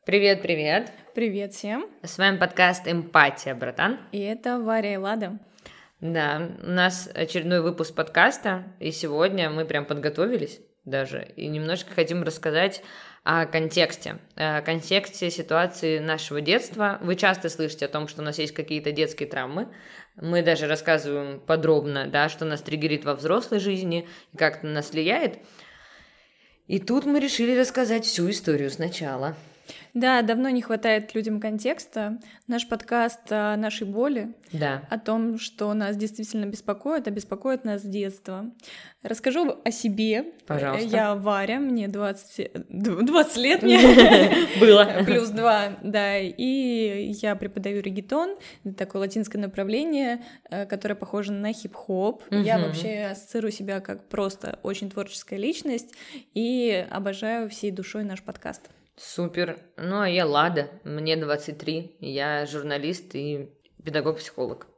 Привет, привет. Привет всем. С вами подкаст «Эмпатия, братан». И это Варя и Лада. Да, у нас очередной выпуск подкаста, и сегодня мы прям подготовились даже, и немножко хотим рассказать о контексте ситуации нашего детства. Вы часто слышите о том, что у нас есть какие-то детские травмы. Мы даже рассказываем подробно, да, что нас триггерит во взрослой жизни и как это на нас влияет. И тут мы решили рассказать всю историю сначала. Да, давно не хватает людям контекста. Наш подкаст о нашей боли, да. О том, что нас действительно беспокоит, а беспокоит нас с детства. Расскажу о себе. Пожалуйста. Я Варя, мне 20 лет было. Плюс 2, да. И я преподаю реггетон, такое латинское направление, которое похоже на хип-хоп. Я вообще ассоциирую себя как просто очень творческая личность и обожаю всей душой наш подкаст. Супер. Ну, а я Лада, мне 23, я журналист и педагог-психолог.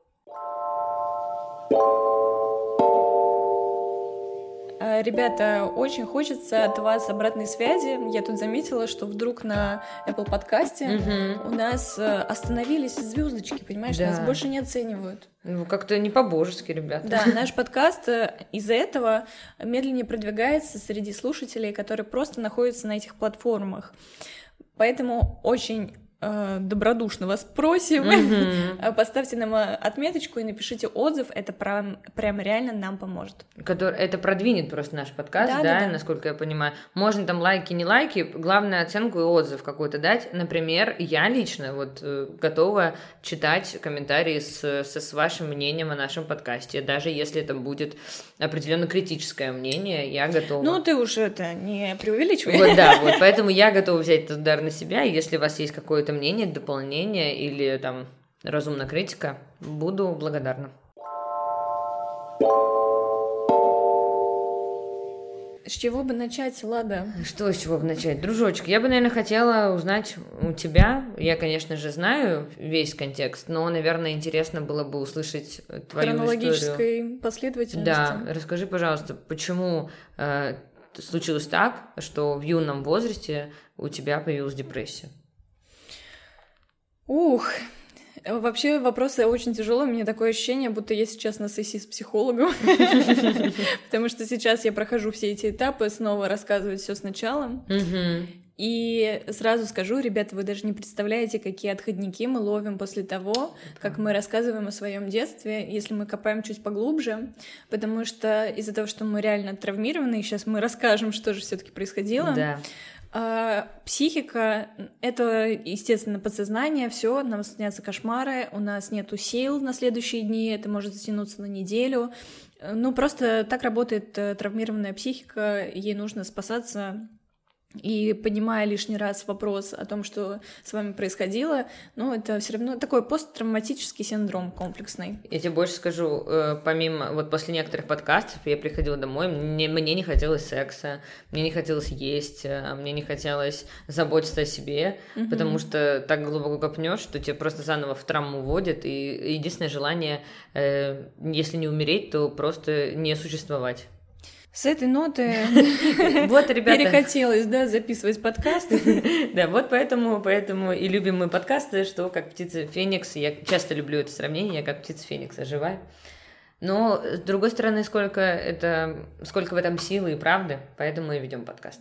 Ребята, очень хочется от вас обратной связи. Я тут заметила, что вдруг на Apple подкасте у нас остановились звездочки, понимаешь, Да. Нас больше не оценивают. Ну, как-то не по-божески, ребята. Да, наш подкаст из-за этого медленнее продвигается среди слушателей, которые просто находятся на этих платформах. Поэтому очень добродушно вас просим, поставьте нам отметочку и напишите отзыв, это прям реально нам поможет. Это продвинет просто наш подкаст, да, насколько я понимаю. Можно там лайки, не лайки, главное оценку и отзыв какой-то дать. Например, я лично готова читать комментарии с вашим мнением о нашем подкасте, даже если это будет определенно критическое мнение, я готова. Ну, ты уж это не преувеличивай. Поэтому я готова взять этот удар на себя, если у вас есть какое-то мнение, дополнение или там разумная критика, буду благодарна. С чего бы начать, Лада? Что с чего бы начать? Дружочек, я бы, наверное, хотела узнать у тебя, я, конечно же, знаю весь контекст, но, наверное, интересно было бы услышать твою историю. Хронологической последовательности. Да, расскажи, пожалуйста, почему случилось так, что в юном возрасте у тебя появилась депрессия? Вообще вопросы очень тяжелые. У меня такое ощущение, будто я сейчас на сессии с психологом. Потому что сейчас я прохожу все эти этапы, снова рассказывать все сначала. И сразу скажу, ребята, вы даже не представляете, какие отходники мы ловим после того, как мы рассказываем о своем детстве, если мы копаем чуть поглубже, потому что из-за того, что мы реально травмированы, и сейчас мы расскажем, что же все-таки происходило. Да. Психика — это, естественно, подсознание, все, нам снятся кошмары, у нас нету сил на следующие дни, это может затянуться на неделю. Ну, просто так работает травмированная психика, ей нужно спасаться. И поднимая лишний раз вопрос о том, что с вами происходило, это все равно такой посттравматический синдром комплексный. Я тебе больше скажу, помимо, после некоторых подкастов я приходила домой, мне не хотелось секса, мне не хотелось есть, мне не хотелось заботиться о себе, потому что так глубоко копнешь, что тебя просто заново в травму вводят, и единственное желание, если не умереть, то просто не существовать. С этой ноты ребята, перехотелось, записывать подкасты. Да, поэтому и любим мы подкасты, что как птица Феникс, я часто люблю это сравнение, я как птица Феникс оживаю. Но, с другой стороны, сколько в этом силы и правды, поэтому мы ведем подкаст.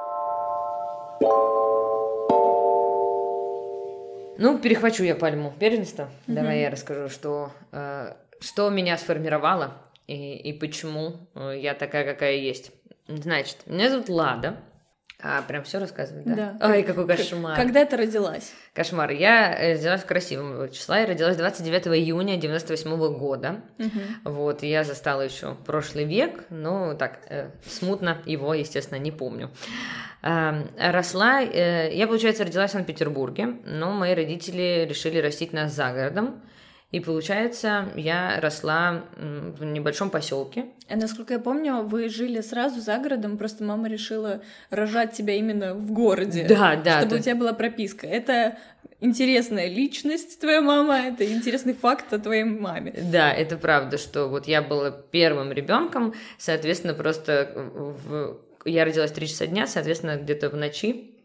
Перехвачу я пальму первенства. Давай я расскажу, что меня сформировало. И почему я такая, какая есть. Значит, меня зовут Лада. Прям все рассказывать, да? Ой, какой кошмар. Когда ты родилась? Кошмар. Я родилась в красивом числа. Я родилась 29 июня 98 года. Я застала еще прошлый век, но так, смутно его, естественно, не помню. Росла... Я, получается, родилась в Санкт-Петербурге, но мои родители решили растить нас за городом. И, получается, я росла в небольшом поселке. Насколько я помню, вы жили сразу за городом, просто мама решила рожать тебя именно в городе. Да. Чтобы у тебя была прописка. Это интересная личность твоя мама, это интересный факт о твоей маме. Да, это правда, что я была первым ребенком, соответственно, просто я родилась в 3 часа дня, соответственно, где-то в ночи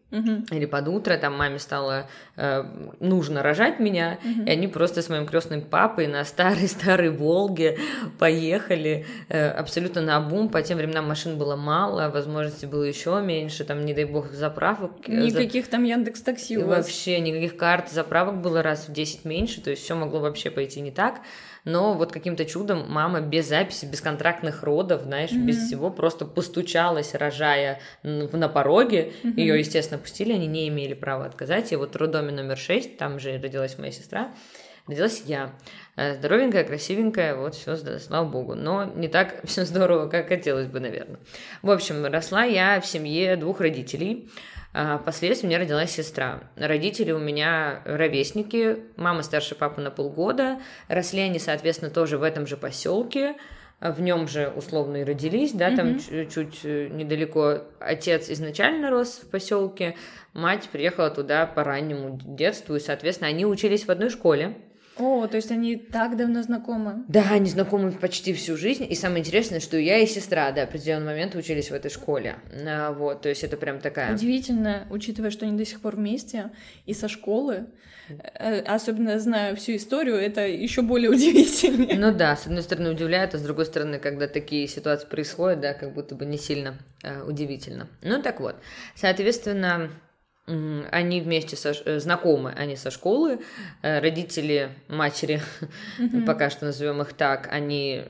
или под утро, там маме стало нужно рожать меня, и они просто с моим крестным папой на старой-старой Волге поехали абсолютно наобум. По тем временам машин было мало, возможностей было еще меньше, там, не дай бог, заправок. Никаких там Яндекс.Такси у вас. Вообще, никаких карт, заправок было раз в 10 меньше, то есть все могло вообще пойти не так. Но вот каким-то чудом мама без записи, без контрактных родов, знаешь, без всего, просто постучалась, рожая на пороге. Ее, естественно, пустили, они не имели права отказать. И вот в роддоме номер 6, там же родилась моя сестра, родилась я. Здоровенькая, красивенькая, вот все, слава богу. Но не так все здорово, как хотелось бы, наверное. В общем, росла я в семье 2 родителей. Впоследствии у меня родилась сестра. Родители у меня ровесники, мама старше папы на полгода. Росли они, соответственно, тоже в этом же поселке. В нем же условно и родились, да, там чуть недалеко. Отец изначально рос в поселке, мать приехала туда по раннему детству, и, соответственно, они учились в одной школе. О, то есть они так давно знакомы? Да, они знакомы почти всю жизнь, и самое интересное, что я и сестра до определенного момента учились в этой школе, вот, то есть это прям такая... Удивительно, учитывая, что они до сих пор вместе, и со школы, особенно зная всю историю, это еще более удивительнее. Ну да, с одной стороны удивляет, а с другой стороны, когда такие ситуации происходят, да, как будто бы не сильно удивительно. Ну так вот, соответственно... Они вместе знакомы, они со школы, родители матери, пока что назовем их так, они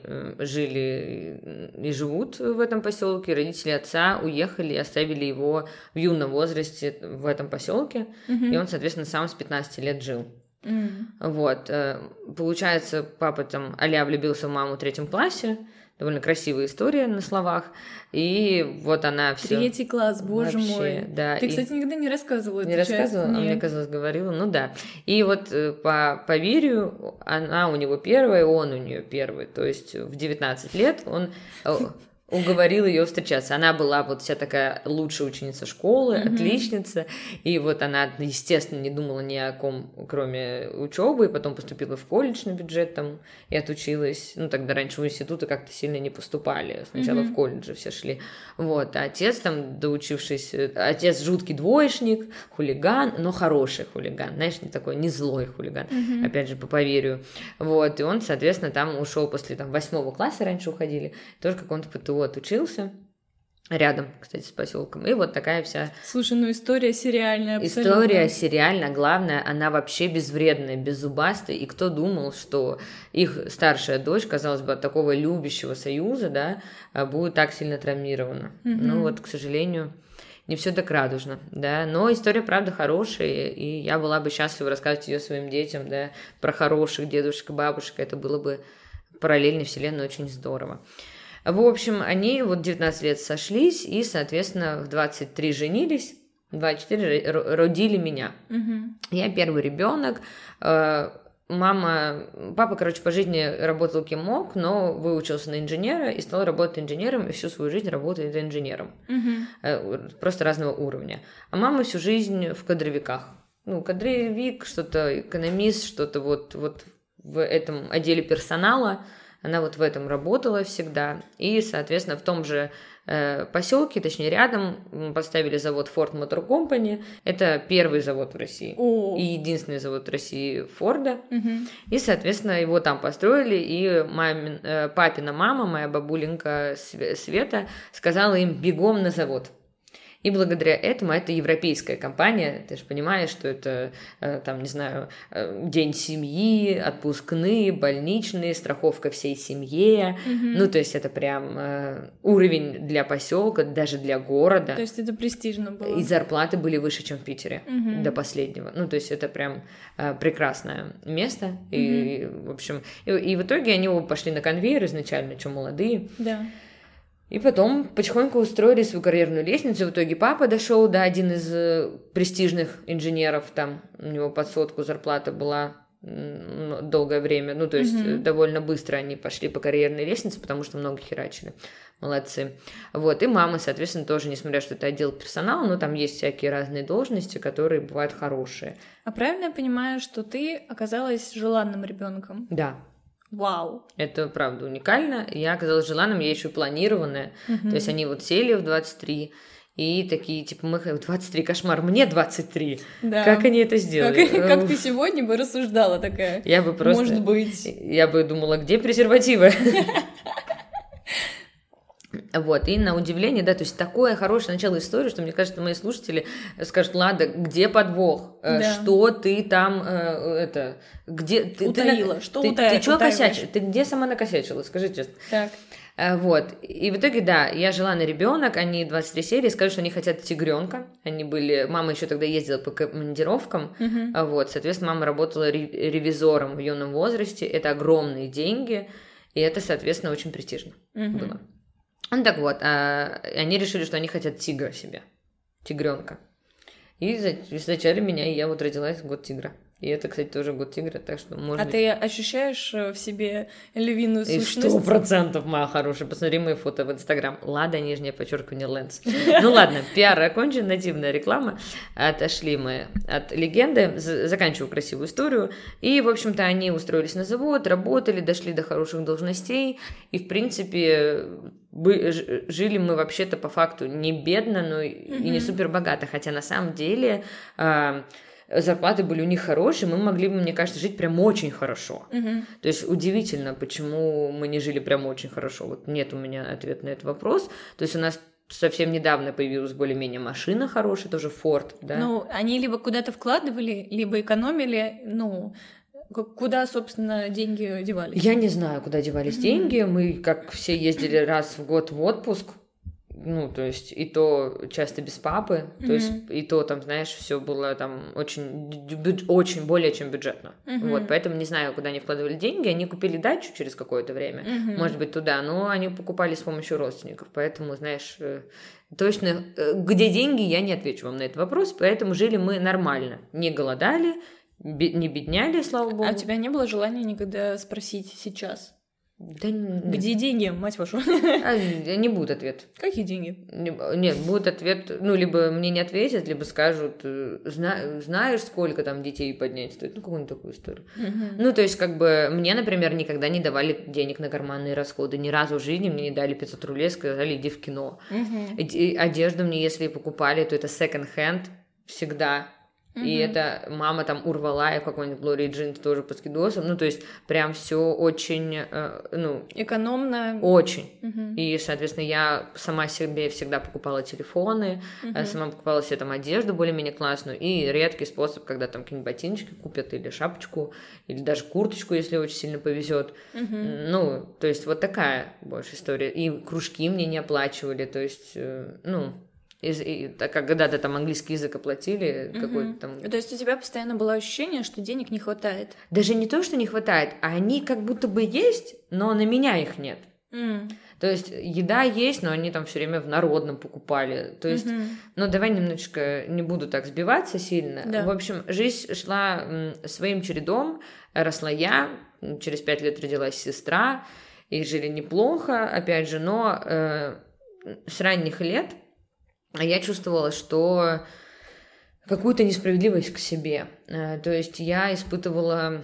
жили и живут в этом поселке, родители отца уехали и оставили его в юном возрасте в этом поселке, и он, соответственно, сам с 15 лет жил. Вот, получается, папа там а-ля влюбился в маму в 3 классе, довольно красивая история на словах, и вот она все. 3 класс, боже вообще, мой. Да. Ты, кстати, никогда не рассказывала Не эту часть? рассказывала, а мне казалось, говорила, ну да. И вот по поверью, она у него первая, он у нее первый, то есть в 19 лет он уговорил ее встречаться. Она была вот вся такая лучшая ученица школы, отличница, и вот она, естественно, не думала ни о ком, кроме учебы, и потом поступила в колледж на бюджет там и отучилась. Ну, тогда раньше в институты как-то сильно не поступали, сначала в колледже все шли. Вот, а отец там, доучившись, отец жуткий двоечник, хулиган, но хороший хулиган, знаешь, не такой, не злой хулиган, опять же, по поверью. Вот, и он, соответственно, там ушел после там 8 класса, раньше уходили, тоже в каком-то ПТУ отучился, рядом, кстати, с поселком. И вот такая вся... Слушай, ну история сериальная абсолютно. История сериальная, главное, она вообще безвредная, беззубастая. И кто думал, что их старшая дочь, казалось бы, от такого любящего союза, да, будет так сильно травмирована. Ну вот, к сожалению, не все так радужно, да. Но история, правда, хорошая, и я была бы счастлива рассказывать ее своим детям, да, про хороших дедушек и бабушек. Это было бы параллельной вселенной очень здорово. В общем, они вот 19 лет сошлись и, соответственно, в 23 женились, в 24 родили меня. Я первый ребенок. Папа, короче, по жизни работал кем мог, но выучился на инженера и стал работать инженером, и всю свою жизнь работает инженером. Просто разного уровня. А мама всю жизнь в кадровиках. Ну, кадровик, что-то экономист, что-то вот в этом отделе персонала. Она вот в этом работала всегда. И, соответственно, в том же поселке, точнее рядом, поставили завод Ford Motor Company. Это первый завод в России. И единственный завод в России Форда. И, соответственно, его там построили. И папина мама, моя бабуленька Света, сказала им бегом на завод. И благодаря этому это европейская компания, ты же понимаешь, что это, там, не знаю, день семьи, отпускные, больничные, страховка всей семье. Ну, то есть это прям уровень для поселка, даже для города. То есть это престижно было. И зарплаты были выше, чем в Питере до последнего. Ну, то есть это прям прекрасное место. И, в общем, и в итоге они оба пошли на конвейер изначально, что молодые. Да. И потом потихоньку устроили свою карьерную лестницу. В итоге папа дошел до один из престижных инженеров. Там у него под 100 зарплата была долгое время. Ну, то есть довольно быстро они пошли по карьерной лестнице, потому что много херачили. Молодцы. Вот. И мама, соответственно, тоже, несмотря что это отдел персонала, но там есть всякие разные должности, которые бывают хорошие. А правильно я понимаю, что ты оказалась желанным ребенком? Да. Вау. Это, правда, уникально. Я оказалась желанным, я еще и планированная. То есть они вот сели в 23, и такие, типа, мы 23, кошмар, мне 23. Да. Как они это сделали? Как ты сегодня бы рассуждала такая? Я бы просто... Может быть. Я бы думала, где презервативы? Вот, и на удивление, да, то есть такое хорошее начало истории, что, мне кажется, мои слушатели скажут: Лада, где подвох? Да. Что ты там, где... Утаила, что Ты что косячила? Ты где сама накосячила? Скажи честно. Так. Вот, и в итоге, да, я жила на ребенок, они 23 серии, сказали, что они хотят тигренка, они были, мама еще тогда ездила по командировкам, вот, соответственно, мама работала ревизором в юном возрасте, это огромные деньги, и это, соответственно, очень престижно было. Ну так вот, они решили, что они хотят тигра себе, тигренка, и зачали меня, и я вот родилась в год тигра. И это, кстати, тоже год тигра, так что может быть... ты ощущаешь в себе львиную сущность? 100%, моя хорошая. Посмотри мои фото в Инстаграм. Лада, _ Лэнс. Ну ладно, пиар окончен, нативная реклама. Отошли мы от легенды, заканчиваю красивую историю. И, в общем-то, они устроились на завод, работали, дошли до хороших должностей. И, в принципе, жили мы вообще-то по факту не бедно, но и не супер богато. Хотя на самом деле... зарплаты были у них хорошие, мы могли бы, мне кажется, жить прям очень хорошо. То есть удивительно, почему мы не жили прям очень хорошо. Вот нет у меня ответа на этот вопрос. То есть у нас совсем недавно появилась более-менее машина хорошая, тоже Ford, да? Ну, они либо куда-то вкладывали, либо экономили, ну... Куда, собственно, деньги девались? Я не знаю, куда девались деньги. Мы, как все, ездили раз в год в отпуск. Ну, то есть, и то часто без папы, то есть, и то там, знаешь, все было там очень более чем бюджетно. Вот, поэтому не знаю, куда они вкладывали деньги. Они купили дачу через какое-то время, может быть, туда, но они покупали с помощью родственников. Поэтому, знаешь, точно, где деньги, я не отвечу вам на этот вопрос. Поэтому жили мы нормально, не голодали, не бедняли, слава богу. А у тебя не было желания никогда спросить сейчас? Да где деньги, мать вашу? Не будет ответ. Какие деньги? Нет, будет ответ, ну, либо мне не ответят, либо скажут: знаешь, сколько там детей поднять стоит? Ну, какую-нибудь такую историю. Ну, то есть, как бы, мне, например, никогда не давали денег на карманные расходы. Ни разу в жизни мне не дали 500 рублей, сказали: иди в кино. Одежду мне, если покупали, то это second-hand всегда. И это мама там урвала, и какой-нибудь Глории Джинс тоже по скидосам. Ну, то есть, прям все очень, экономно. Очень. И, соответственно, я сама себе всегда покупала телефоны, сама покупала себе там одежду более-менее классную, и редкий способ, когда там какие-нибудь ботиночки купят, или шапочку, или даже курточку, если очень сильно повезет. Ну, то есть, вот такая больше история. И кружки мне не оплачивали, то есть, так как когда-то там английский язык оплатили, какой-то там... То есть у тебя постоянно было ощущение, что денег не хватает? Даже не то, что не хватает, а они как будто бы есть, но на меня их нет. То есть еда есть, но они там все время в народном покупали. То есть, ну давай немножечко не буду так сбиваться сильно. Да. В общем, жизнь шла своим чередом, росла я, через 5 лет родилась сестра, и жили неплохо, опять же, но с ранних лет я чувствовала, что какую-то несправедливость к себе. То есть я испытывала...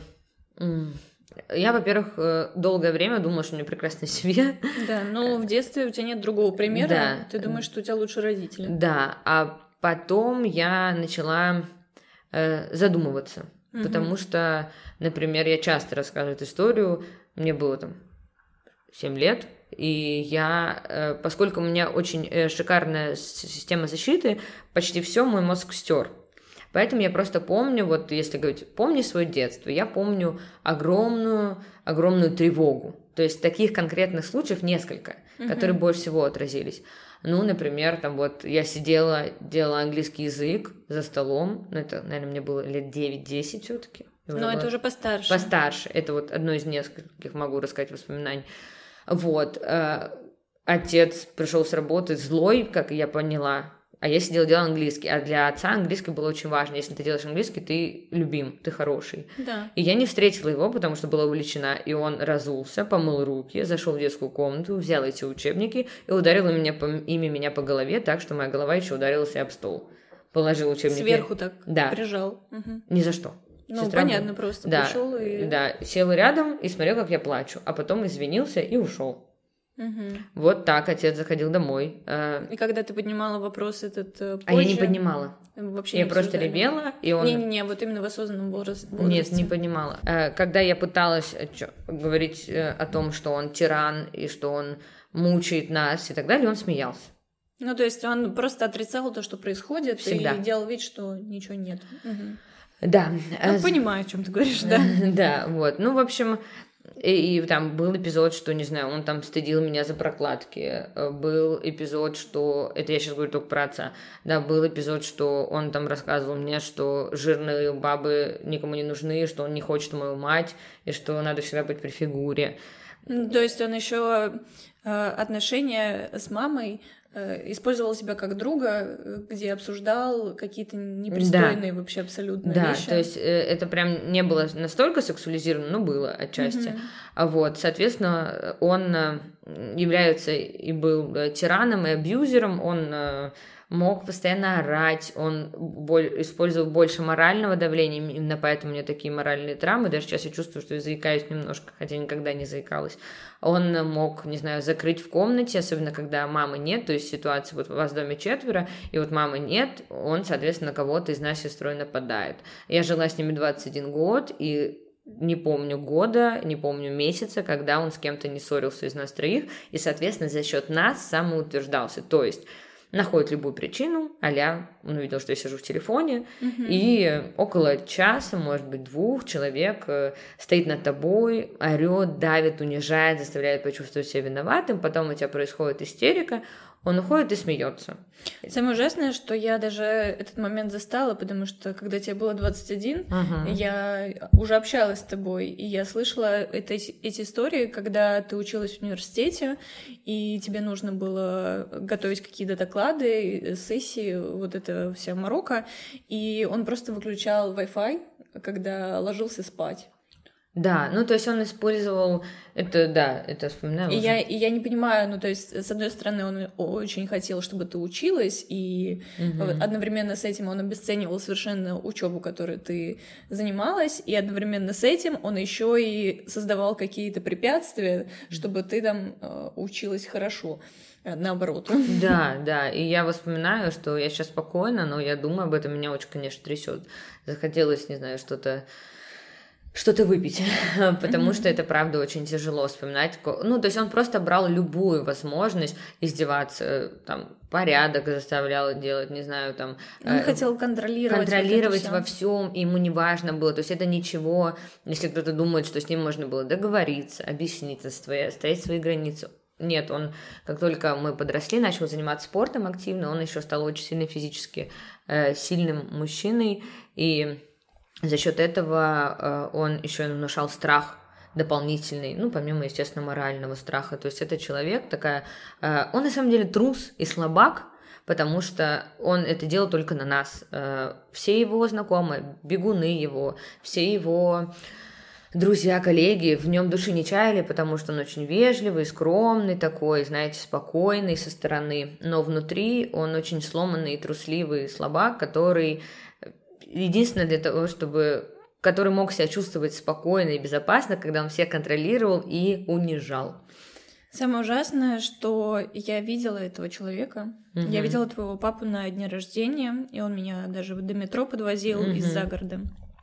Я, во-первых, долгое время думала, что у меня прекрасная семья. Да, но в детстве у тебя нет другого примера. Да. Ты думаешь, что у тебя лучше родители. Да, а потом я начала задумываться. Потому что, например, я часто рассказываю эту историю. Мне было там 7 лет. И я, поскольку у меня очень шикарная система защиты, почти все мой мозг стер. Поэтому я просто помню, вот если говорить, помни свое детство, я помню огромную тревогу. То есть таких конкретных случаев несколько, которые больше всего отразились. Ну, например, там вот я сидела, делала английский язык за столом, ну, это, наверное, мне было лет 9-10 все-таки. Но это уже постарше. Постарше, это вот одно из нескольких, могу рассказать, воспоминаний. Вот, отец пришел с работы злой, как я поняла, а я сидела, делала английский, а для отца английский было очень важно, если ты делаешь английский, ты любим, ты хороший. Да. И я не встретила его, потому что была увлечена, и он разулся, помыл руки, зашел в детскую комнату, взял эти учебники и ударил ими меня по голове, так что моя голова еще ударилась об стол. Положил учебники. Сверху так да. Прижал. Ни за что. Ну, сестра понятно, просто да, пришел и... Да, сел рядом и смотрел, как я плачу, а потом извинился и ушел. Вот так отец заходил домой. И когда ты поднимала вопрос этот позже... А я не поднимала. Вообще я просто ревела, и он... Не-не-не, вот именно в осознанном возрасте. Нет, не понимала. Когда я пыталась говорить о том, что он тиран, и что он мучает нас и так далее, он смеялся. Ну, то есть он просто отрицал то, что происходит, Всегда. И делал вид, что ничего нет. Да. Я понимаю, о чем ты говоришь, да. Да, вот. Ну, в общем... И там был эпизод, что, не знаю, он там стыдил меня за прокладки. Был эпизод, что... Это я сейчас говорю только про отца. Да, был эпизод, что он там рассказывал мне, что жирные бабы никому не нужны, что он не хочет мою мать, и что надо всегда быть при фигуре. То есть он еще отношения с мамой использовал себя как друга, где обсуждал какие-то непристойные вообще абсолютно вещи. Да, то есть это прям не было настолько сексуализировано, но было отчасти. Вот, соответственно, он является и был тираном и абьюзером, он мог постоянно орать, он использовал больше морального давления, именно поэтому у меня такие моральные травмы, даже сейчас я чувствую, что я заикаюсь немножко, хотя никогда не заикалась. Он мог, не знаю, закрыть в комнате, особенно когда мамы нет, то есть ситуация, вот у вас в доме 4, и вот мамы нет, он, соответственно, кого-то из нас с сестрой нападает. Я жила с ними 21 год, и не помню года, не помню месяца, когда он с кем-то не ссорился из нас троих, и, соответственно, за счет нас самоутверждался, то есть находит любую причину, а-ля, он увидел, что я сижу в телефоне, и около часа, может быть, 2 человек стоит над тобой, орет, давит, унижает, заставляет почувствовать себя виноватым, потом у тебя происходит истерика, он уходит и смеется. Самое ужасное, что я даже этот момент застала, потому что когда тебе было 21, я уже общалась с тобой, и я слышала эти истории, когда ты училась в университете, и тебе нужно было готовить какие-то доклады, сессии, вот это вся морока, и он просто выключал Wi-Fi, когда ложился спать. Да, ну то есть он использовал это, да, это вспоминаю. И я не понимаю, ну то есть с одной стороны он очень хотел, чтобы ты училась, и одновременно с этим он обесценивал совершенно учебу, которой ты занималась, и одновременно с этим он еще и создавал какие-то препятствия, чтобы ты там училась хорошо. Наоборот. Да, и я вспоминаю, что я сейчас спокойна, но я думаю об этом, меня очень, конечно, трясет. Захотелось, не знаю, что-то выпить, потому что это, правда, очень тяжело вспоминать. Ну, то есть он просто брал любую возможность издеваться, там, порядок заставлял делать, не знаю, там... Он хотел контролировать во всем, и ему не важно было. То есть это ничего, если кто-то думает, что с ним можно было договориться, объясниться, стоять свои границы. Нет, он, как только мы подросли, начал заниматься спортом активно, он еще стал очень сильно физически сильным мужчиной, и за счет этого он еще внушал страх дополнительный, ну, помимо, естественно, морального страха. То есть это человек такая... Он, на самом деле, трус и слабак, потому что он это делал только на нас. Все его знакомые, бегуны его, все его друзья, коллеги в нем души не чаяли, потому что он очень вежливый, скромный такой, знаете, спокойный со стороны. Но внутри он очень сломанный, трусливый слабак, который... Единственное для того, который мог себя чувствовать спокойно и безопасно, когда он всех контролировал и унижал. Самое ужасное, что я видела этого человека. Я видела твоего папу на дне рождения, и он меня даже до метро подвозил из-за города.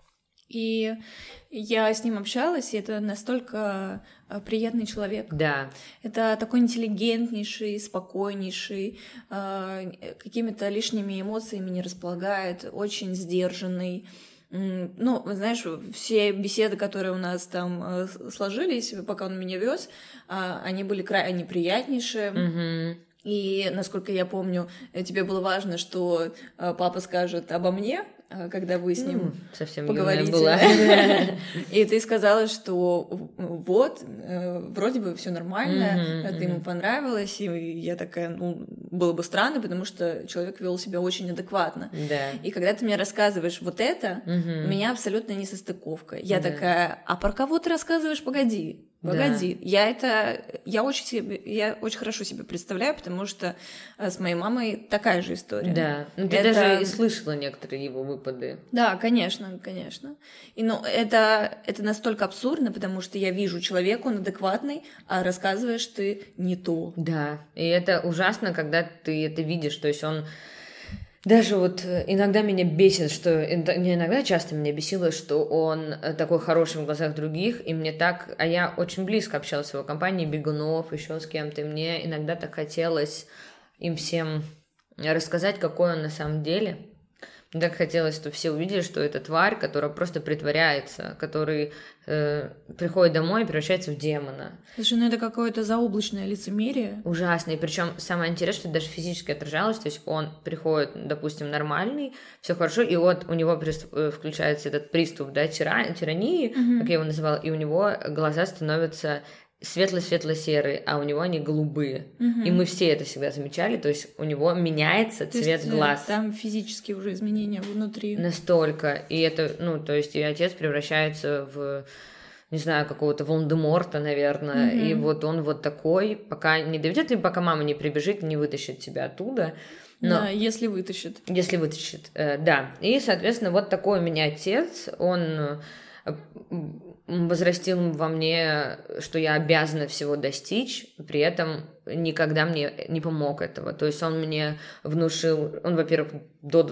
И я с ним общалась, и это настолько приятный человек. Да. Это такой интеллигентнейший, спокойнейший, какими-то лишними эмоциями не располагает, очень сдержанный. Ну, знаешь, все беседы, которые у нас там сложились, пока он меня вез, они были крайне приятнейшие. И, насколько я помню, тебе было важно, что папа скажет обо мне, когда вы с ним совсем поговорите. Была. И ты сказала, что вот, вроде бы все нормально, ты ему понравилась, и я такая, ну, было бы странно, потому что человек вел себя очень адекватно. Да. И когда ты мне рассказываешь вот это, у меня абсолютно несостыковка. Я такая, а про кого ты рассказываешь? Погоди. Погоди, я очень хорошо себе представляю, потому что с моей мамой такая же история. Да, ну ты даже и слышала некоторые его выпады. Да, конечно. И это настолько абсурдно, потому что я вижу человека, он адекватный, а рассказываешь ты не то. Да, и это ужасно, когда ты это видишь, то есть он... Даже вот иногда меня бесит, что... Не иногда, часто меня бесило, что он такой хороший в глазах других, и мне так... А я очень близко общалась с его компанией, Бегунов, еще с кем-то, и мне иногда так хотелось им всем рассказать, какой он на самом деле. Мне так хотелось, чтобы все увидели, что это тварь, которая просто притворяется, который приходит домой и превращается в демона. Слушай, ну это какое-то заоблачное лицемерие. Ужасно. И причем самое интересное, что это даже физически отражалось. То есть он приходит, допустим, нормальный, все хорошо, и вот у него включается этот приступ, да, тирании, как я его называла, и у него глаза становятся светло-светло-серые, а у него они голубые. И мы все это всегда замечали, то есть у него меняется цвет глаз. Там физические уже изменения внутри. Настолько. И это, ну, то есть и отец превращается в, не знаю, какого-то Волан-де-Морта, наверное. И вот он вот такой, пока не доведет, либо пока мама не прибежит, не вытащит тебя оттуда. Но, да, если вытащит. Если вытащит, да. И, соответственно, вот такой у меня отец, он возрастил во мне, что я обязана всего достичь, при этом никогда мне не помог этого. То есть он мне внушил, он, во-первых, до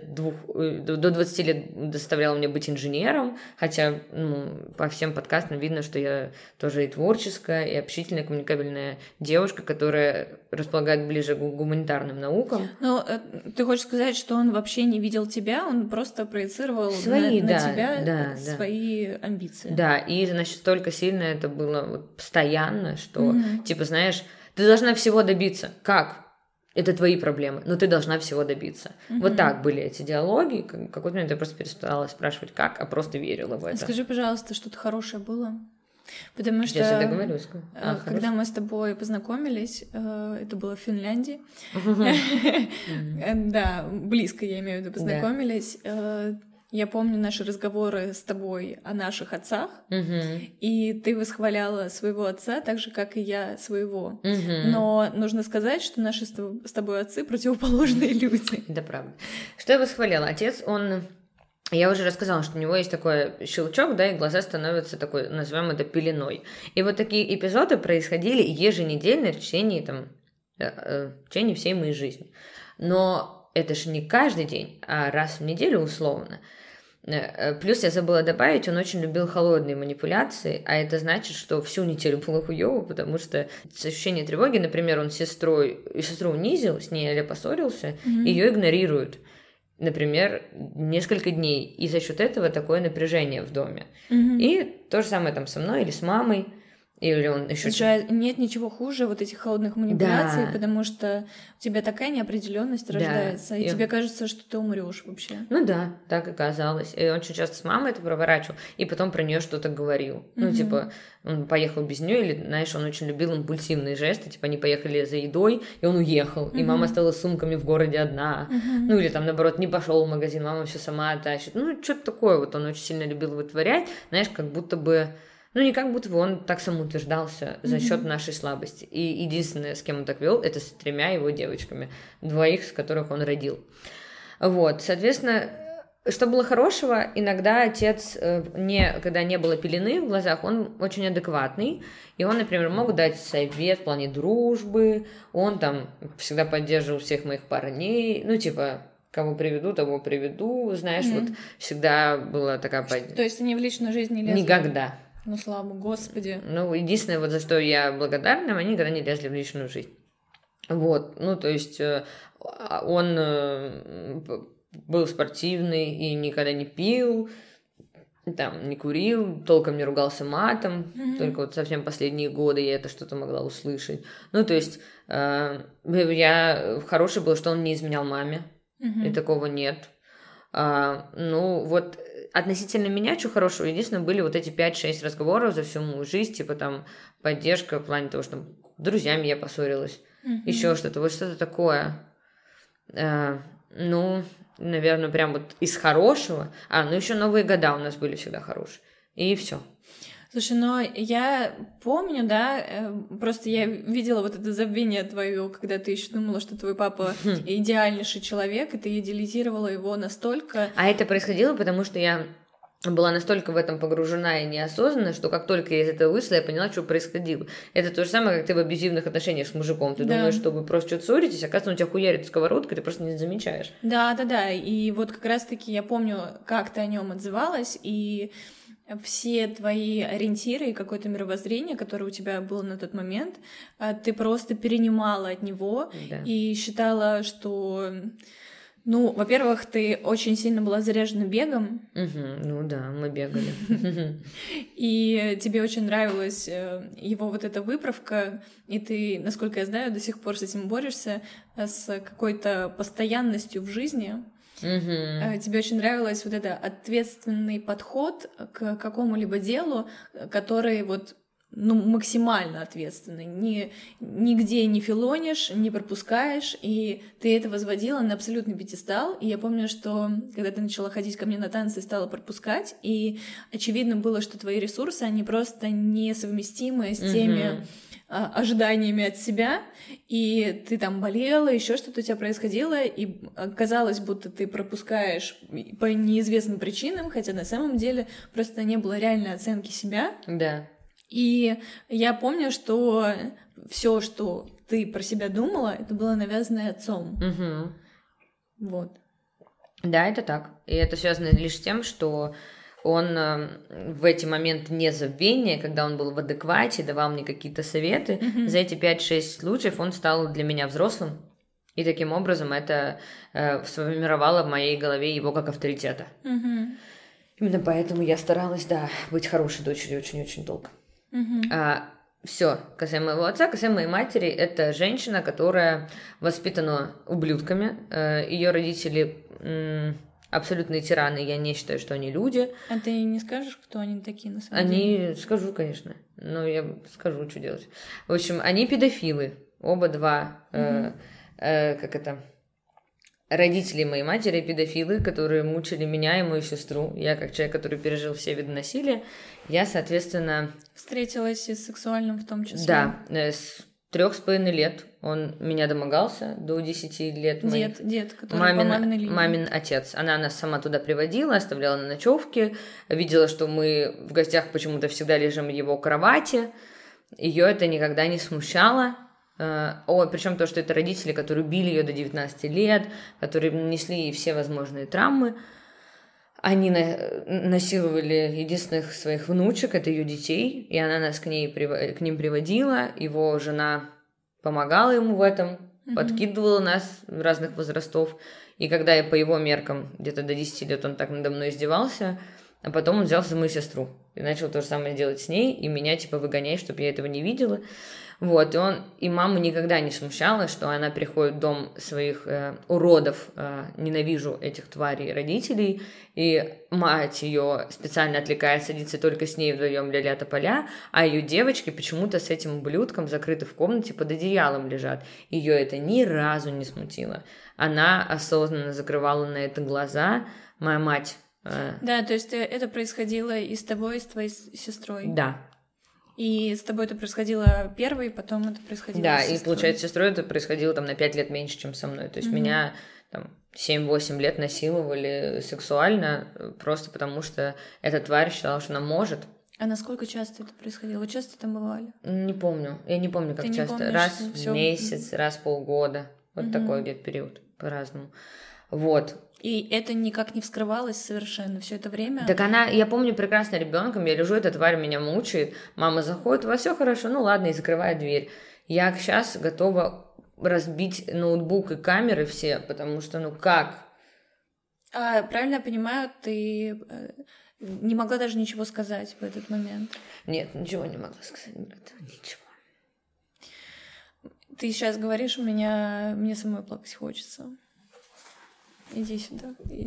20 лет доставлял мне быть инженером, хотя по всем подкастам видно, что я тоже и творческая, и общительная, коммуникабельная девушка, которая располагает ближе к гуманитарным наукам. Но ты хочешь сказать, что он вообще не видел тебя, он просто проецировал на тебя свои амбиции. Да, и, значит, столько сильно это было вот постоянно, что, типа, знаешь, ты должна всего добиться. Как? Это твои проблемы, но ты должна всего добиться. Вот так были эти диалоги. В какой-то момент я просто перестала спрашивать, как, а просто верила в это. Скажи, пожалуйста, что-то хорошее было? Потому что, сейчас я договорюсь. Когда мы с тобой познакомились, это было в Финляндии. Да, близко, я имею в виду, познакомились. Я помню наши разговоры с тобой о наших отцах, и ты восхваляла своего отца так же, как и я своего. Но нужно сказать, что наши с тобой отцы противоположные люди. Это правда. Что я восхваляла? Отец, он... Я уже рассказала, что у него есть такой щелчок, да, и глаза становятся такой, назовем это, пеленой. И вот такие эпизоды происходили еженедельно в течение всей моей жизни. Но это же не каждый день, а раз в неделю условно. Плюс я забыла добавить, он очень любил холодные манипуляции, а это значит, что всю неделю было хуёво, потому что с ощущением тревоги, например, он сестру унизил, с ней или поссорился, ее игнорируют, например, несколько дней, и за счет этого такое напряжение в доме. И то же самое там со мной или с мамой. Или он еще... Нет ничего хуже вот этих холодных манипуляций, потому что у тебя такая неопределенность рождается, и тебе кажется, что ты умрешь вообще. Ну да, так и казалось. И он очень часто с мамой это проворачивал, и потом про нее что-то говорил. Ну, типа, он поехал без нее, или, знаешь, он очень любил импульсивные жесты, типа, они поехали за едой, и он уехал, и мама осталась с сумками в городе одна. Ну, или там, наоборот, не пошел в магазин, мама все сама тащит. Ну, что-то такое вот он очень сильно любил вытворять, знаешь, как будто бы... Ну, не как будто бы он так самоутверждался за счет нашей слабости. И единственное, с кем он так вел, это с 3 его девочками, 2 из которых он родил. Вот, соответственно, что было хорошего, иногда отец, когда не было пелены в глазах, он очень адекватный, и он, например, мог дать совет в плане дружбы, он там всегда поддерживал всех моих парней, ну, типа... Кого приведу, того приведу, знаешь, вот всегда была такая... То есть они в личную жизнь не лезли? Никогда. Ну, слава богу, Господи. Ну, единственное, вот за что я благодарна, они никогда не лезли в личную жизнь. Вот, ну, то есть он был спортивный и никогда не пил, там, не курил, толком не ругался матом, только вот совсем последние годы я это что-то могла услышать. Ну, то есть хороший был, что он не изменял маме, и такого нет. Ну, вот относительно меня, что хорошего, единственное, были вот эти 5-6 разговоров за всю мою жизнь, типа там поддержка в плане того, что там, с друзьями я поссорилась, еще что-то, вот что-то такое. Ну, наверное, прям вот из хорошего. Ну еще Новые года у нас были всегда хорошие. И все. Слушай, но я помню, да, просто я видела вот это забвение твое, когда ты еще думала, что твой папа идеальнейший человек, и ты идеализировала его настолько. А это происходило, потому что я была настолько в этом погружена и неосознанно, что как только я из этого вышла, я поняла, что происходило. Это то же самое, как ты в абьюзивных отношениях с мужиком. Ты думаешь, что вы просто что-то ссоритесь, оказывается, он тебя хуярит сковородкой, ты просто не замечаешь. Да. И вот как раз-таки я помню, как ты о нем отзывалась, и все твои ориентиры и какое-то мировоззрение, которое у тебя было на тот момент, ты просто перенимала от него и считала, что... Ну, во-первых, ты очень сильно была заряжена бегом. Ну да, мы бегали. И тебе очень нравилась его вот эта выправка, и ты, насколько я знаю, до сих пор с этим борешься, с какой-то постоянностью в жизни. Тебе очень нравилось вот это ответственный подход к какому-либо делу, который вот максимально ответственный. Нигде не филонишь, не пропускаешь, и ты это возводила на абсолютный пьедестал. И я помню, что когда ты начала ходить ко мне на танцы и стала пропускать, и очевидно было, что твои ресурсы, они просто несовместимы с теми ожиданиями от себя, и ты там болела, еще что-то у тебя происходило, и казалось, будто ты пропускаешь по неизвестным причинам, хотя на самом деле просто не было реальной оценки себя. Да. И я помню, что все, что ты про себя думала, это было навязано отцом. Вот. Да, это так. И это связано лишь с тем, что он в эти моменты незабвения, когда он был в адеквате, давал мне какие-то советы, за эти 5-6 случаев он стал для меня взрослым. И таким образом это сформировало в моей голове его как авторитета. Именно поэтому я старалась, быть хорошей дочерью очень-очень долго. Все, касаемо моего отца, касаемо моей матери, это женщина, которая воспитана ублюдками. Ее родители абсолютные тираны, я не считаю, что они люди. А ты не скажешь, кто они такие на самом деле? Скажу, конечно, но я скажу, что делать. В общем, они педофилы, оба два, родители моей матери педофилы, которые мучили меня и мою сестру. Я, как человек, который пережил все виды насилия, я, соответственно... Встретилась и с сексуальным в том числе. Да, с 3,5 лет он меня домогался, до 10 лет. Дед, который по маминой линии. Мамин отец. Она нас сама туда приводила, оставляла на ночевке, видела, что мы в гостях почему-то всегда лежим в его кровати. Ее это никогда не смущало. Причем то, что это родители, которые били ее до 19 лет, которые нанесли ей все возможные травмы. Они насиловали единственных своих внучек, это ее детей, и она нас к ним приводила. Его жена помогала ему в этом, подкидывала нас разных возрастов. И когда я по его меркам, где-то до 10 лет он так надо мной издевался, а потом он взялся за мою сестру и начал то же самое делать с ней, и меня выгонять, чтобы я этого не видела. Вот, и маму никогда не смущало, что она приходит в дом своих уродов, ненавижу этих тварей родителей, и мать ее специально отвлекает, садится только с ней вдвоем ля-ля тополя, а ее девочки почему-то с этим ублюдком закрыты в комнате под одеялом лежат. Ее это ни разу не смутило. Она осознанно закрывала на это глаза. Моя мать... Да, то есть это происходило и с тобой, и с твоей сестрой. Да. И с тобой это происходило первой, потом это происходило с сестрой. И, получается, с сестрой это происходило на 5 лет меньше, чем со мной. То есть меня 7-8 лет насиловали сексуально, просто потому что эта тварь считала, что она может. А насколько часто это происходило? Вы часто там бывали? Не помню. Я не помню, как часто. Помнишь, раз в месяц, раз в полгода. Вот такой где-то период, по-разному. Вот. И это никак не вскрывалось совершенно все это время? Так я помню прекрасно ребенком, я лежу, эта тварь меня мучает, мама заходит, у вас все хорошо, ну ладно, и закрывает дверь. Я сейчас готова разбить ноутбук и камеры все, потому что, как? Правильно я понимаю, ты не могла даже ничего сказать в этот момент? Нет, ничего не могла сказать, ничего. Ты сейчас говоришь, мне самой плакать хочется. Иди сюда.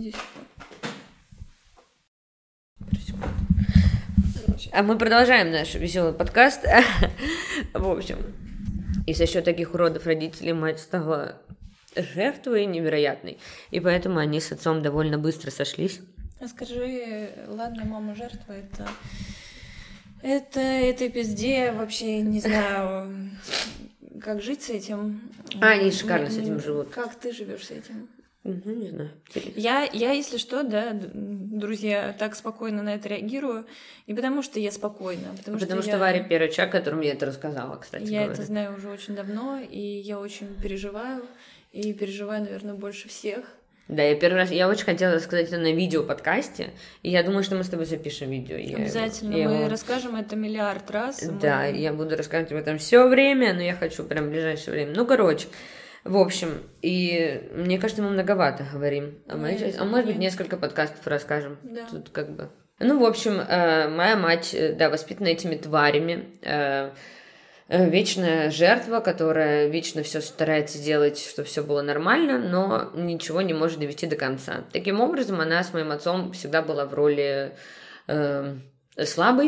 А мы продолжаем наш веселый подкаст. В общем, и за счет таких уродов родителей мать стала жертвой невероятной. И поэтому они с отцом довольно быстро сошлись. Скажи, ладно, мама жертва, Это пизде, вообще не знаю, как жить с этим. Они шикарно с этим живут. Как ты живешь с этим? Не знаю. Я, если что, да, друзья, так спокойно на это реагирую. Не потому что я спокойна, потому что Варя первый человек, которому я это рассказала, кстати Я говоря. это знаю уже очень давно, и я очень переживаю. И переживаю, наверное, больше всех. Да, я очень хотела рассказать это на видео-подкасте, и я думаю, что мы с тобой запишем видео. Обязательно, мы расскажем это миллиард раз. Да, я буду рассказывать об этом все время, но я хочу прям в ближайшее время. Ну, короче, в общем, и мне кажется, мы многовато говорим. Может быть, несколько подкастов расскажем. Да. Тут как бы... Ну, в общем, моя мать, да, воспитана этими тварями, вечная жертва, которая вечно все старается делать, чтобы все было нормально, но ничего не может довести до конца. Таким образом, она с моим отцом всегда была в роли слабой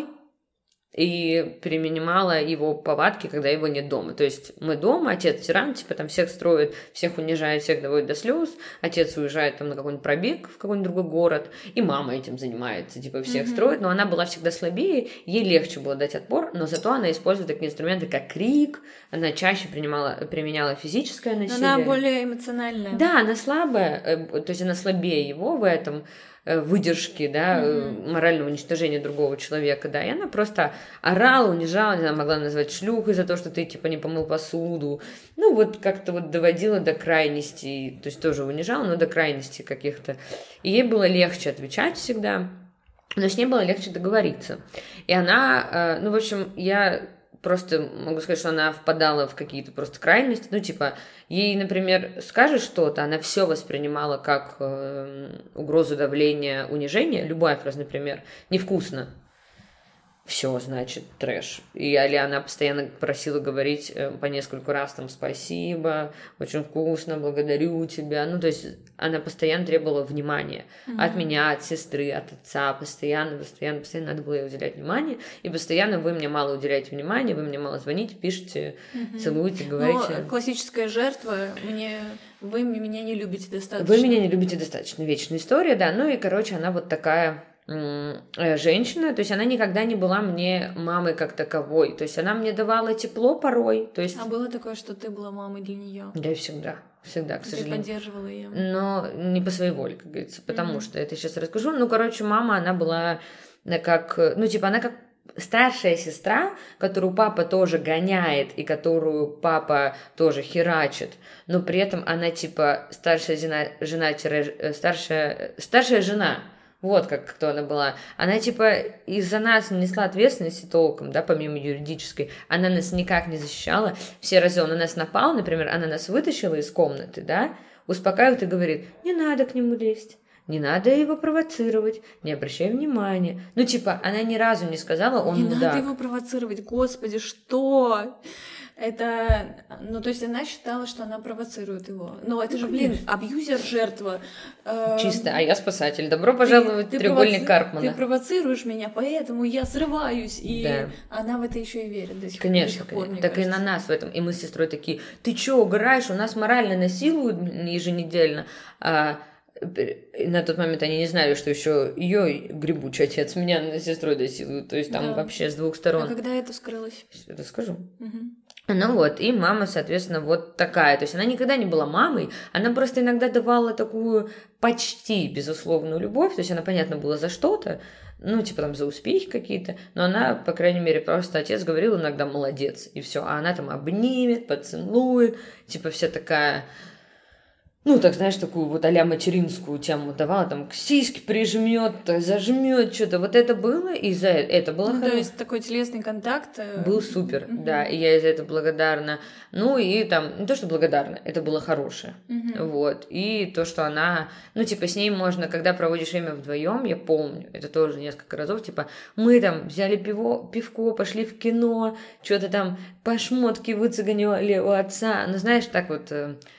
и принимала его повадки, когда его нет дома. То есть мы дома, отец тиран, типа там всех строит, всех унижает, всех доводит до слез, отец уезжает там на какой-нибудь пробег в какой-нибудь другой город, и мама этим занимается, типа всех строит, но она была всегда слабее, ей легче было дать отпор, но зато она использует такие инструменты, как крик, она чаще применяла физическое насилие. Она более эмоциональная. Да, она слабая, то есть она слабее его в этом, выдержки, да, морального уничтожения другого человека, да, и она просто орала, унижала, она могла назвать шлюхой за то, что ты, типа, не помыл посуду, ну, вот как-то вот доводила до крайностей, то есть тоже унижала, но до крайностей каких-то, и ей было легче отвечать всегда, но с ней было легче договориться, и она, ну, в общем, я просто могу сказать, что она впадала в какие-то просто крайности. Ну, типа, ей, например, скажешь что-то, она все воспринимала как угрозу давления, унижения. Любая фраза, например, невкусно. Все, значит, трэш. Или она постоянно просила говорить по нескольку раз там «спасибо», «очень вкусно», «благодарю тебя». Ну, то есть она постоянно требовала внимания. От меня, от сестры, от отца. Постоянно надо было ей уделять внимание. И постоянно вы мне мало уделяете внимания, вы мне мало звоните, пишете, целуете, говорите. Ну, классическая жертва, вы меня не любите достаточно. Вы меня не любите достаточно. Вечная история, да. Ну и, короче, она вот такая... женщина, то есть она никогда не была мне мамой как таковой, то есть она мне давала тепло порой, то есть... А было такое, что ты была мамой для нее? Да, всегда, к сожалению. Ты поддерживала ее? Но не по своей воле, как говорится, потому что, это сейчас расскажу, ну, короче, мама, она была как, ну, типа, она как старшая сестра, которую папа тоже гоняет и которую папа тоже херачит, но при этом она, типа, старшая жена, вот как кто она была. Она, типа, из-за нас не несла ответственности толком, да, помимо юридической. Она нас никак не защищала. Все разы он на нас напал, например, она нас вытащила из комнаты, да, успокаивает и говорит, не надо к нему лезть, не надо его провоцировать, не обращай внимания. Ну, типа, она ни разу не сказала, он мудак. Не надо его провоцировать, господи, что? Это, ну, то есть она считала, что она провоцирует его. Но это же, блин, абьюзер, жертва. Чисто, а я спасатель. Добро пожаловать в треугольник Карпмана. Ты провоцируешь меня, поэтому я срываюсь. И да. Она в это еще и верит до сих пор. Так кажется. И на нас в этом. И мы с сестрой такие, ты чё, угораешь? У нас морально насилуют еженедельно. На тот момент они не знали, что еще ее гребучий отец меня с сестрой насилует. То есть там вообще с двух сторон. А когда это вскрылось? Расскажу. Ну вот, и мама, соответственно, вот такая. То есть она никогда не была мамой, она просто иногда давала такую почти безусловную любовь, то есть она, понятно, была за что-то, ну, типа там за успехи какие-то, но она, по крайней мере, просто отец говорил иногда «молодец», и все, а она там обнимет, поцелует, типа вся такая... Ну, так, знаешь, такую вот а-ля материнскую тему давала, там, к сиське прижмет, зажмет, что-то. Вот это было, и за это было хорошо. То есть такой телесный контакт... Был супер, да, и я за это благодарна. Ну, и там, не то, что благодарна, это было хорошее. Вот. И то, что она... Ну, типа, с ней можно, когда проводишь время вдвоем, я помню, это тоже несколько разов, типа, мы там взяли пивко, пошли в кино, что-то там по шмотке выцеганили у отца. Ну, знаешь, так вот...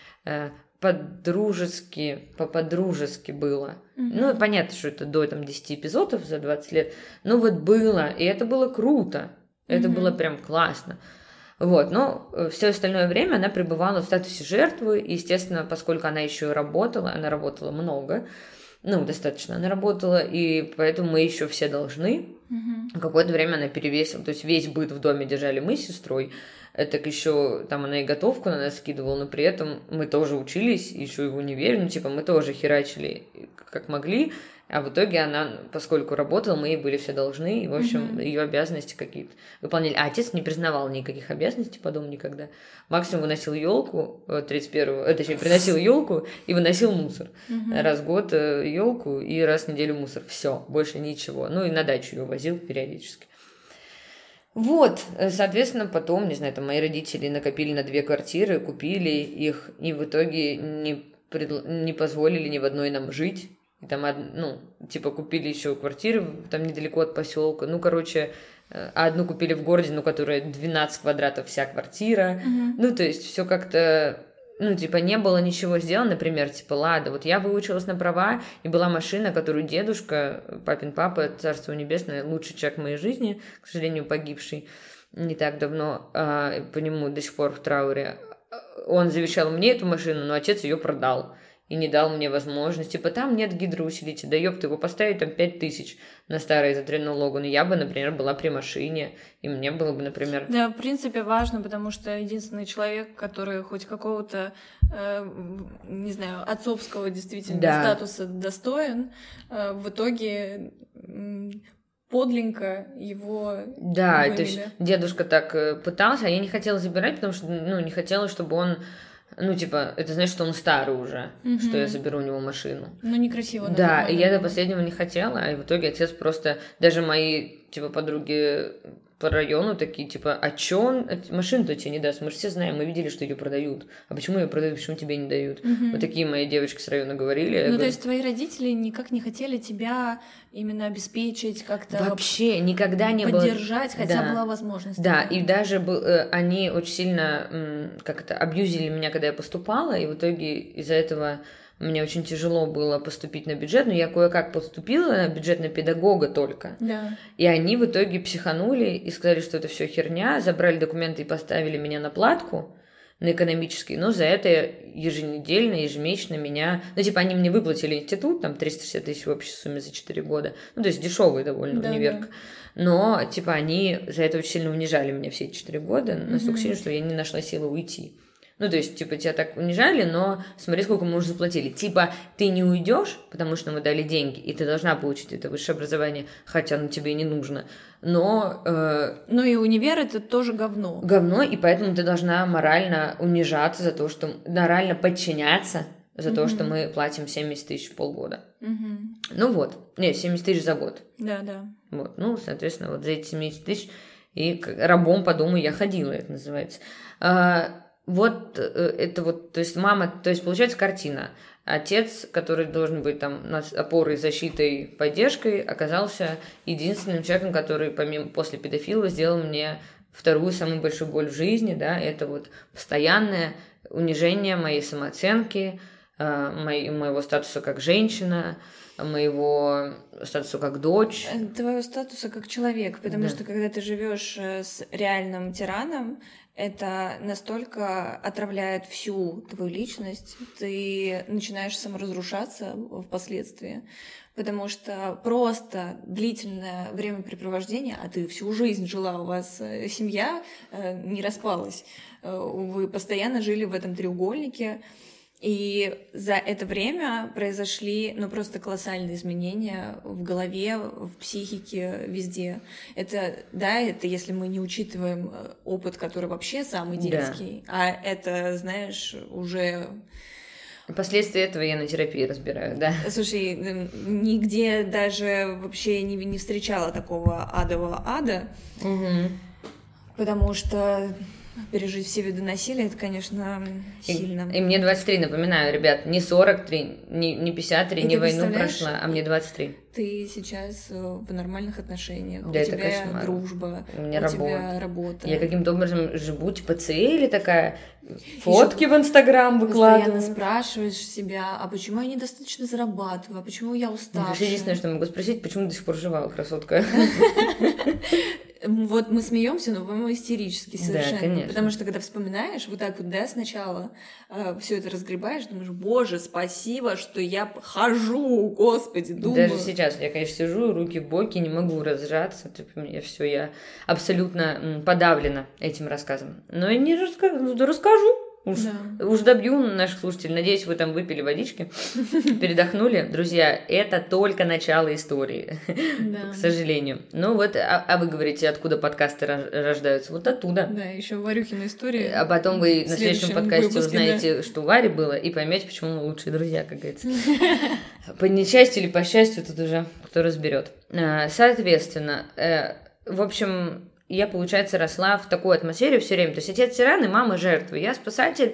по-подружески было. Ну, понятно, что это до там, 10 эпизодов за 20 лет, но вот было, и это было круто, это было прям классно. Вот, но все остальное время она пребывала в статусе жертвы, и, естественно, поскольку она еще работала, она работала много, ну, достаточно она работала, и поэтому мы еще все должны. Какое-то время она перевесила, то есть весь быт в доме держали мы с сестрой, так еще там она и готовку на нас скидывала, но при этом мы тоже учились, еще и в универе, ну типа мы тоже херачили как могли, а в итоге она, поскольку работала, мы ей были все должны, и, в общем, ее обязанности какие-то выполняли. А отец не признавал никаких обязанностей по дому никогда. Максимум выносил елку 31-го, точнее, приносил елку и выносил мусор. Раз в год елку и раз в неделю мусор. Все, больше ничего. Ну и на дачу ее возил периодически. Вот, соответственно, потом, не знаю, там мои родители накопили на 2 квартиры, купили их, и в итоге не позволили ни в одной нам жить. И там, ну, типа, купили еще квартиры там недалеко от поселка. Ну, короче, одну купили в городе, ну, которая 12 квадратов вся квартира. Ну, то есть все как-то, ну, типа, не было ничего сделано, например, типа, ладно, вот я выучилась на права, и была машина, которую дедушка, папин папа, царство небесное, лучший человек в моей жизни, к сожалению, погибший не так давно, по нему до сих пор в трауре, он завещал мне эту машину, но отец ее продал. И не дал мне возможности. Типа, там нет гидроусилителя. Да ёпта, его поставить там 5000 на старый затренную Логан. И я бы, например, была при машине. И мне было бы, например... Да, в принципе, важно, потому что единственный человек, который хоть какого-то, не знаю, отцовского действительно статуса достоин, в итоге... подлинно его вывели. То есть дедушка так пытался, а я не хотела забирать, потому что, ну, не хотела, чтобы он... Ну, типа, это значит, что он старый уже, что я заберу у него машину. Ну, некрасиво. Да, и я до последнего не хотела, а в итоге отец просто... Даже мои, типа, подруги по району такие, типа, а чё он машину-то тебе не даст? Мы же все знаем, мы видели, что ее продают. А почему ее продают, почему тебе не дают? Вот такие мои девочки с района говорили. Ну, то есть твои родители никак не хотели тебя именно обеспечить, как-то... Вообще никогда не было... Поддержать, хотя была возможность. Да, и даже они очень сильно как-то абьюзили меня, когда я поступала, и в итоге из-за этого... Мне очень тяжело было поступить на бюджет, но я кое-как поступила на бюджет на педагога только. Да. И они в итоге психанули и сказали, что это все херня, забрали документы и поставили меня на платку, на экономический, но за это еженедельно, ежемесячно меня... Ну, типа, они мне выплатили институт, там, 360 тысяч в общей сумме за 4 года. Ну, то есть дешевый довольно универка. Да. Но, типа, они за это очень сильно унижали меня все эти 4 года, настолько сильно, что я не нашла силы уйти. Ну, то есть, типа, тебя так унижали, но смотри, сколько мы уже заплатили. Типа, ты не уйдешь, потому что мы дали деньги, и ты должна получить это высшее образование, хотя оно тебе и не нужно. Но... Ну, и универ — это тоже говно. Говно, и поэтому ты должна морально унижаться за то, что... Морально подчиняться за то, что мы платим 70 тысяч в полгода. Ну, вот. Нет, 70 тысяч за год. Да, да. Вот. Ну, соответственно, вот за эти 70 тысяч и рабом по дому я ходила, это называется. Вот это вот, то есть мама, то есть получается картина. Отец, который должен быть там опорой, защитой, поддержкой, оказался единственным человеком, который после педофила сделал мне вторую самую большую боль в жизни, да, это вот постоянное унижение моей самооценки, моего статуса как женщина, моего статуса как дочь. Твоего статуса как человек, потому что когда ты живешь с реальным тираном, это настолько отравляет всю твою личность, ты начинаешь саморазрушаться впоследствии, потому что просто длительное времяпрепровождение, а ты всю жизнь жила, у вас семья не распалась, вы постоянно жили в этом треугольнике, и за это время произошли, ну, просто колоссальные изменения в голове, в психике, везде. Это, да, это если мы не учитываем опыт, который вообще самый детский, а это, знаешь, уже... Последствия этого я на терапии разбираю, да. Слушай, нигде даже вообще не встречала такого адового ада, потому что... Пережить все виды насилия, это, конечно, сильно. И мне 23, напоминаю, ребят, не 43, не 53, не войну прошла, а мне 23. Ты сейчас в нормальных отношениях, да, у тебя кошмар. Дружба, у меня тебя работа. Я каким-то образом живу, типа, цели такая, фотки в Инстаграм выкладываю. Постоянно спрашиваешь себя, а почему я недостаточно зарабатываю, а почему я уставшая? Единственное, что могу спросить, почему до сих пор жива, красотка? Вот мы смеемся, но, по-моему, истерически совершенно. Да, конечно. Потому что, когда вспоминаешь, вот так вот, да, сначала все это разгребаешь, думаешь, боже, спасибо, что я хожу, господи, думаю. Даже сейчас я, конечно, сижу, руки в боки, не могу разжаться, типа, я абсолютно подавлена этим рассказом. Но я не расскажу. Уж добью наших слушателей. Надеюсь, вы там выпили водички, передохнули. Друзья, это только начало истории, к сожалению. Ну вот, а вы говорите, откуда подкасты рождаются? Вот оттуда. Да, еще Варюхина история. А потом вы на следующем подкасте узнаете, что у Вари было, и поймете, почему мы лучшие друзья, как говорится. По несчастью или по счастью, тут уже кто разберет. Соответственно, в общем... Я, получается, росла в такой атмосфере все время. То есть отец тиран и мама жертвы. Я спасатель,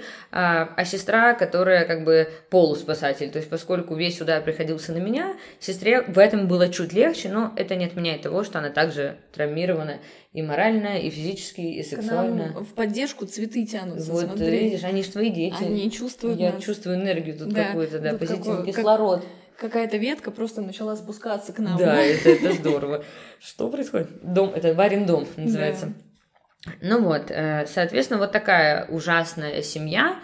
а сестра, которая как бы полуспасатель. То есть поскольку весь удар приходился на меня, сестре в этом было чуть легче, но это не отменяет того, что она также травмирована и морально, и физически, и сексуально. К нам в поддержку цветы тянутся, вот, смотри. Видишь, они же твои дети. Они чувствуют Я нас. чувствую энергию тут какую-то, да, тут позитивный кислород. Какая-то ветка просто начала спускаться к нам. Да, это здорово. Что происходит? Это Варин дом называется. Да. Ну вот, соответственно, вот такая ужасная семья.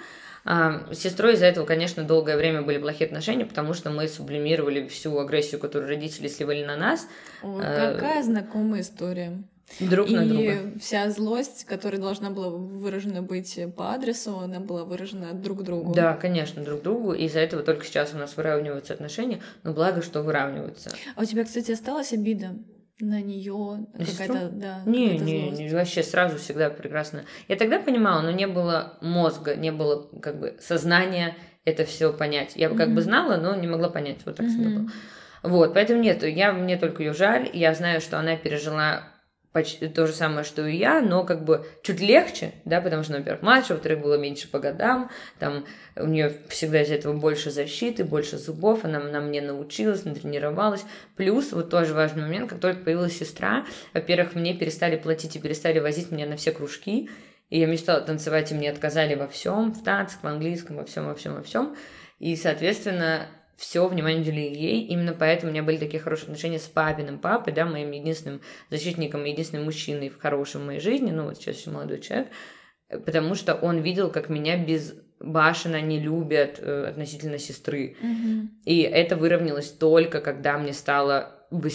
С сестрой из-за этого, конечно, долгое время были плохие отношения, потому что мы сублимировали всю агрессию, которую родители сливали на нас. Ой, какая знакомая история. Друг на друга. И вся злость, которая должна была выражена быть по адресу, она была выражена друг другу. Да, конечно, друг другу. И из-за этого только сейчас у нас выравниваются отношения. Но благо, что выравниваются. А у тебя, кстати, осталась обида на нее? Какая-то, да, не, вообще сразу всегда прекрасно. Я тогда понимала, но не было мозга, не было как бы сознания это все понять. Я как бы знала, но не могла понять. Вот так всегда было. Вот, поэтому нет, мне только ее жаль. Я знаю, что она пережила почти то же самое, что и я, но как бы чуть легче, да, потому что, во-первых, младше, во-вторых, было меньше по годам, там у нее всегда из-за этого больше защиты, больше зубов, она на мне научилась, натренировалась. Плюс, вот тоже важный момент, как только появилась сестра, во-первых, мне перестали платить и перестали возить меня на все кружки, и я мечтала танцевать, и мне отказали во всем, в танцах, в английском, во всем. И, соответственно, все внимание уделили ей. Именно поэтому у меня были такие хорошие отношения с папиным папой, да, моим единственным защитником, единственным мужчиной хорошим в моей жизни, ну вот сейчас еще молодой человек, потому что он видел, как меня безбашенно не любят относительно сестры. И это выровнялось только, когда мне стало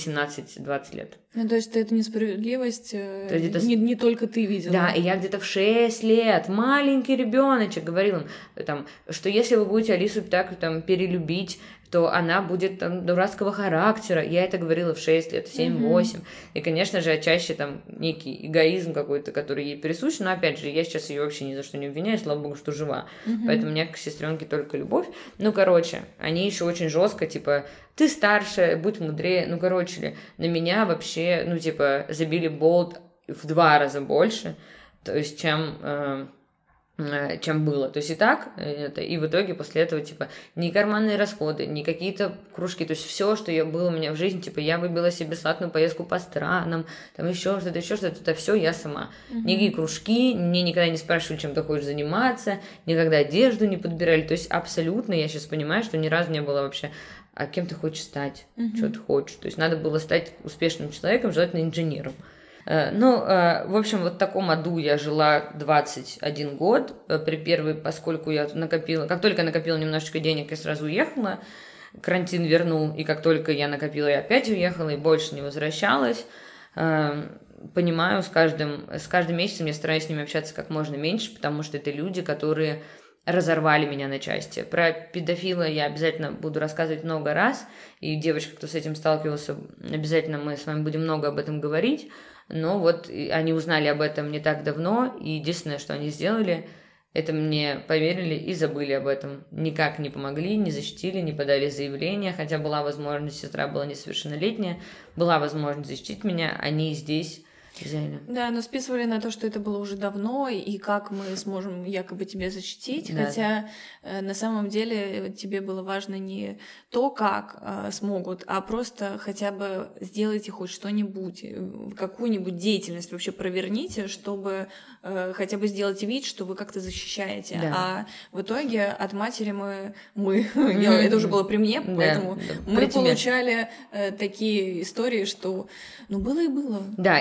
18-20 лет. Ну, то есть эту несправедливость не только ты видела. Да, и я где-то в 6 лет, маленький ребеночек, говорил им, там, что если вы будете Алису так там перелюбить, то она будет там дурацкого характера. Я это говорила в 6 лет, в 7-8. И, конечно же, чаще там некий эгоизм какой-то, который ей присущ. Но, опять же, я сейчас ее вообще ни за что не обвиняю, слава богу, что жива. Поэтому у меня к сестренке только любовь. Ну, короче, они еще очень жестко, типа, ты старше, будь мудрее. Ну, короче, на меня вообще, ну, типа, забили болт в 2 раза больше, то есть, чем было. То есть и так, и в итоге после этого, типа, ни карманные расходы, ни какие-то кружки, то есть все, что было у меня в жизни, типа, я выбила себе бесплатную поездку по странам, там еще что-то, это все я сама. Никакие кружки, мне никогда не спрашивали, чем ты хочешь заниматься, никогда одежду не подбирали, то есть абсолютно, я сейчас понимаю, что ни разу не было вообще, а кем ты хочешь стать, что ты хочешь, то есть надо было стать успешным человеком, желательно инженером. Ну, в общем, вот в таком аду я жила 21 год. При первой, поскольку я накопила, как только накопила немножечко денег, я сразу уехала. Карантин вернул, и как только я накопила, я опять уехала и больше не возвращалась. Понимаю, с каждым месяцем я стараюсь с ними общаться как можно меньше, потому что это люди, которые разорвали меня на части. Про педофила я обязательно буду рассказывать много раз, и девочка, кто с этим сталкивался, обязательно мы с вами будем много об этом говорить. Но вот они узнали об этом не так давно, и единственное, что они сделали, это мне поверили и забыли об этом. Никак не помогли, не защитили, не подали заявление, хотя была возможность, сестра была несовершеннолетняя, была возможность защитить меня, они здесь взяли. Да, но списывали на то, что это было уже давно, и как мы сможем якобы тебя защитить, да. Хотя на самом деле тебе было важно не то, как смогут, а просто хотя бы сделайте хоть что-нибудь, какую-нибудь деятельность вообще проверните, чтобы хотя бы сделать вид, что вы как-то защищаете. Да. А в итоге от матери это уже было при мне, поэтому мы получали такие истории, что было и было. Да, и до сих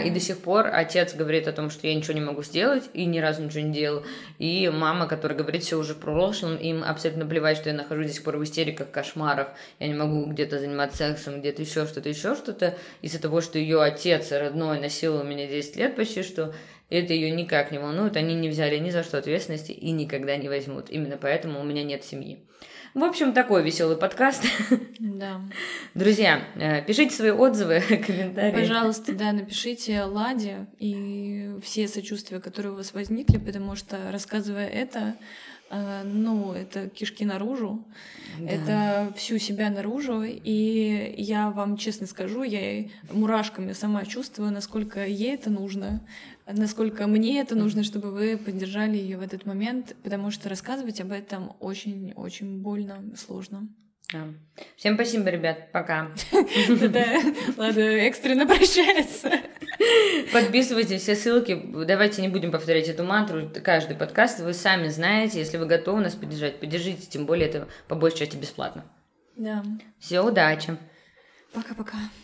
пор отец говорит о том, что я ничего не могу сделать, и ни разу ничего не делал. И мама, которая говорит, все уже в прошлом, им абсолютно плевать, что я нахожусь до сих пор в истериках, кошмарах, я не могу где-то заниматься сексом, где-то еще что-то. Из-за того, что ее отец родной насиловал меня 10 лет почти, что это ее никак не волнует, они не взяли ни за что ответственности и никогда не возьмут. Именно поэтому у меня нет семьи. В общем, такой веселый подкаст. Да. Друзья, пишите свои отзывы, комментарии. Пожалуйста, да, напишите Ладе и все сочувствия, которые у вас возникли, потому что, рассказывая это, это кишки наружу, да. Это всю себя наружу, и я вам честно скажу, я мурашками сама чувствую, насколько ей это нужно, насколько мне это нужно, чтобы вы поддержали ее в этот момент, потому что рассказывать об этом очень-очень больно, сложно. Всем спасибо, ребят, пока. Да, ладно, экстренно прощается. Подписывайтесь, все ссылки. Давайте не будем повторять эту мантру. Каждый подкаст вы сами знаете. Если вы готовы нас поддержать, поддержите. Тем более это по большей части бесплатно. Да. Все, удачи. Пока-пока.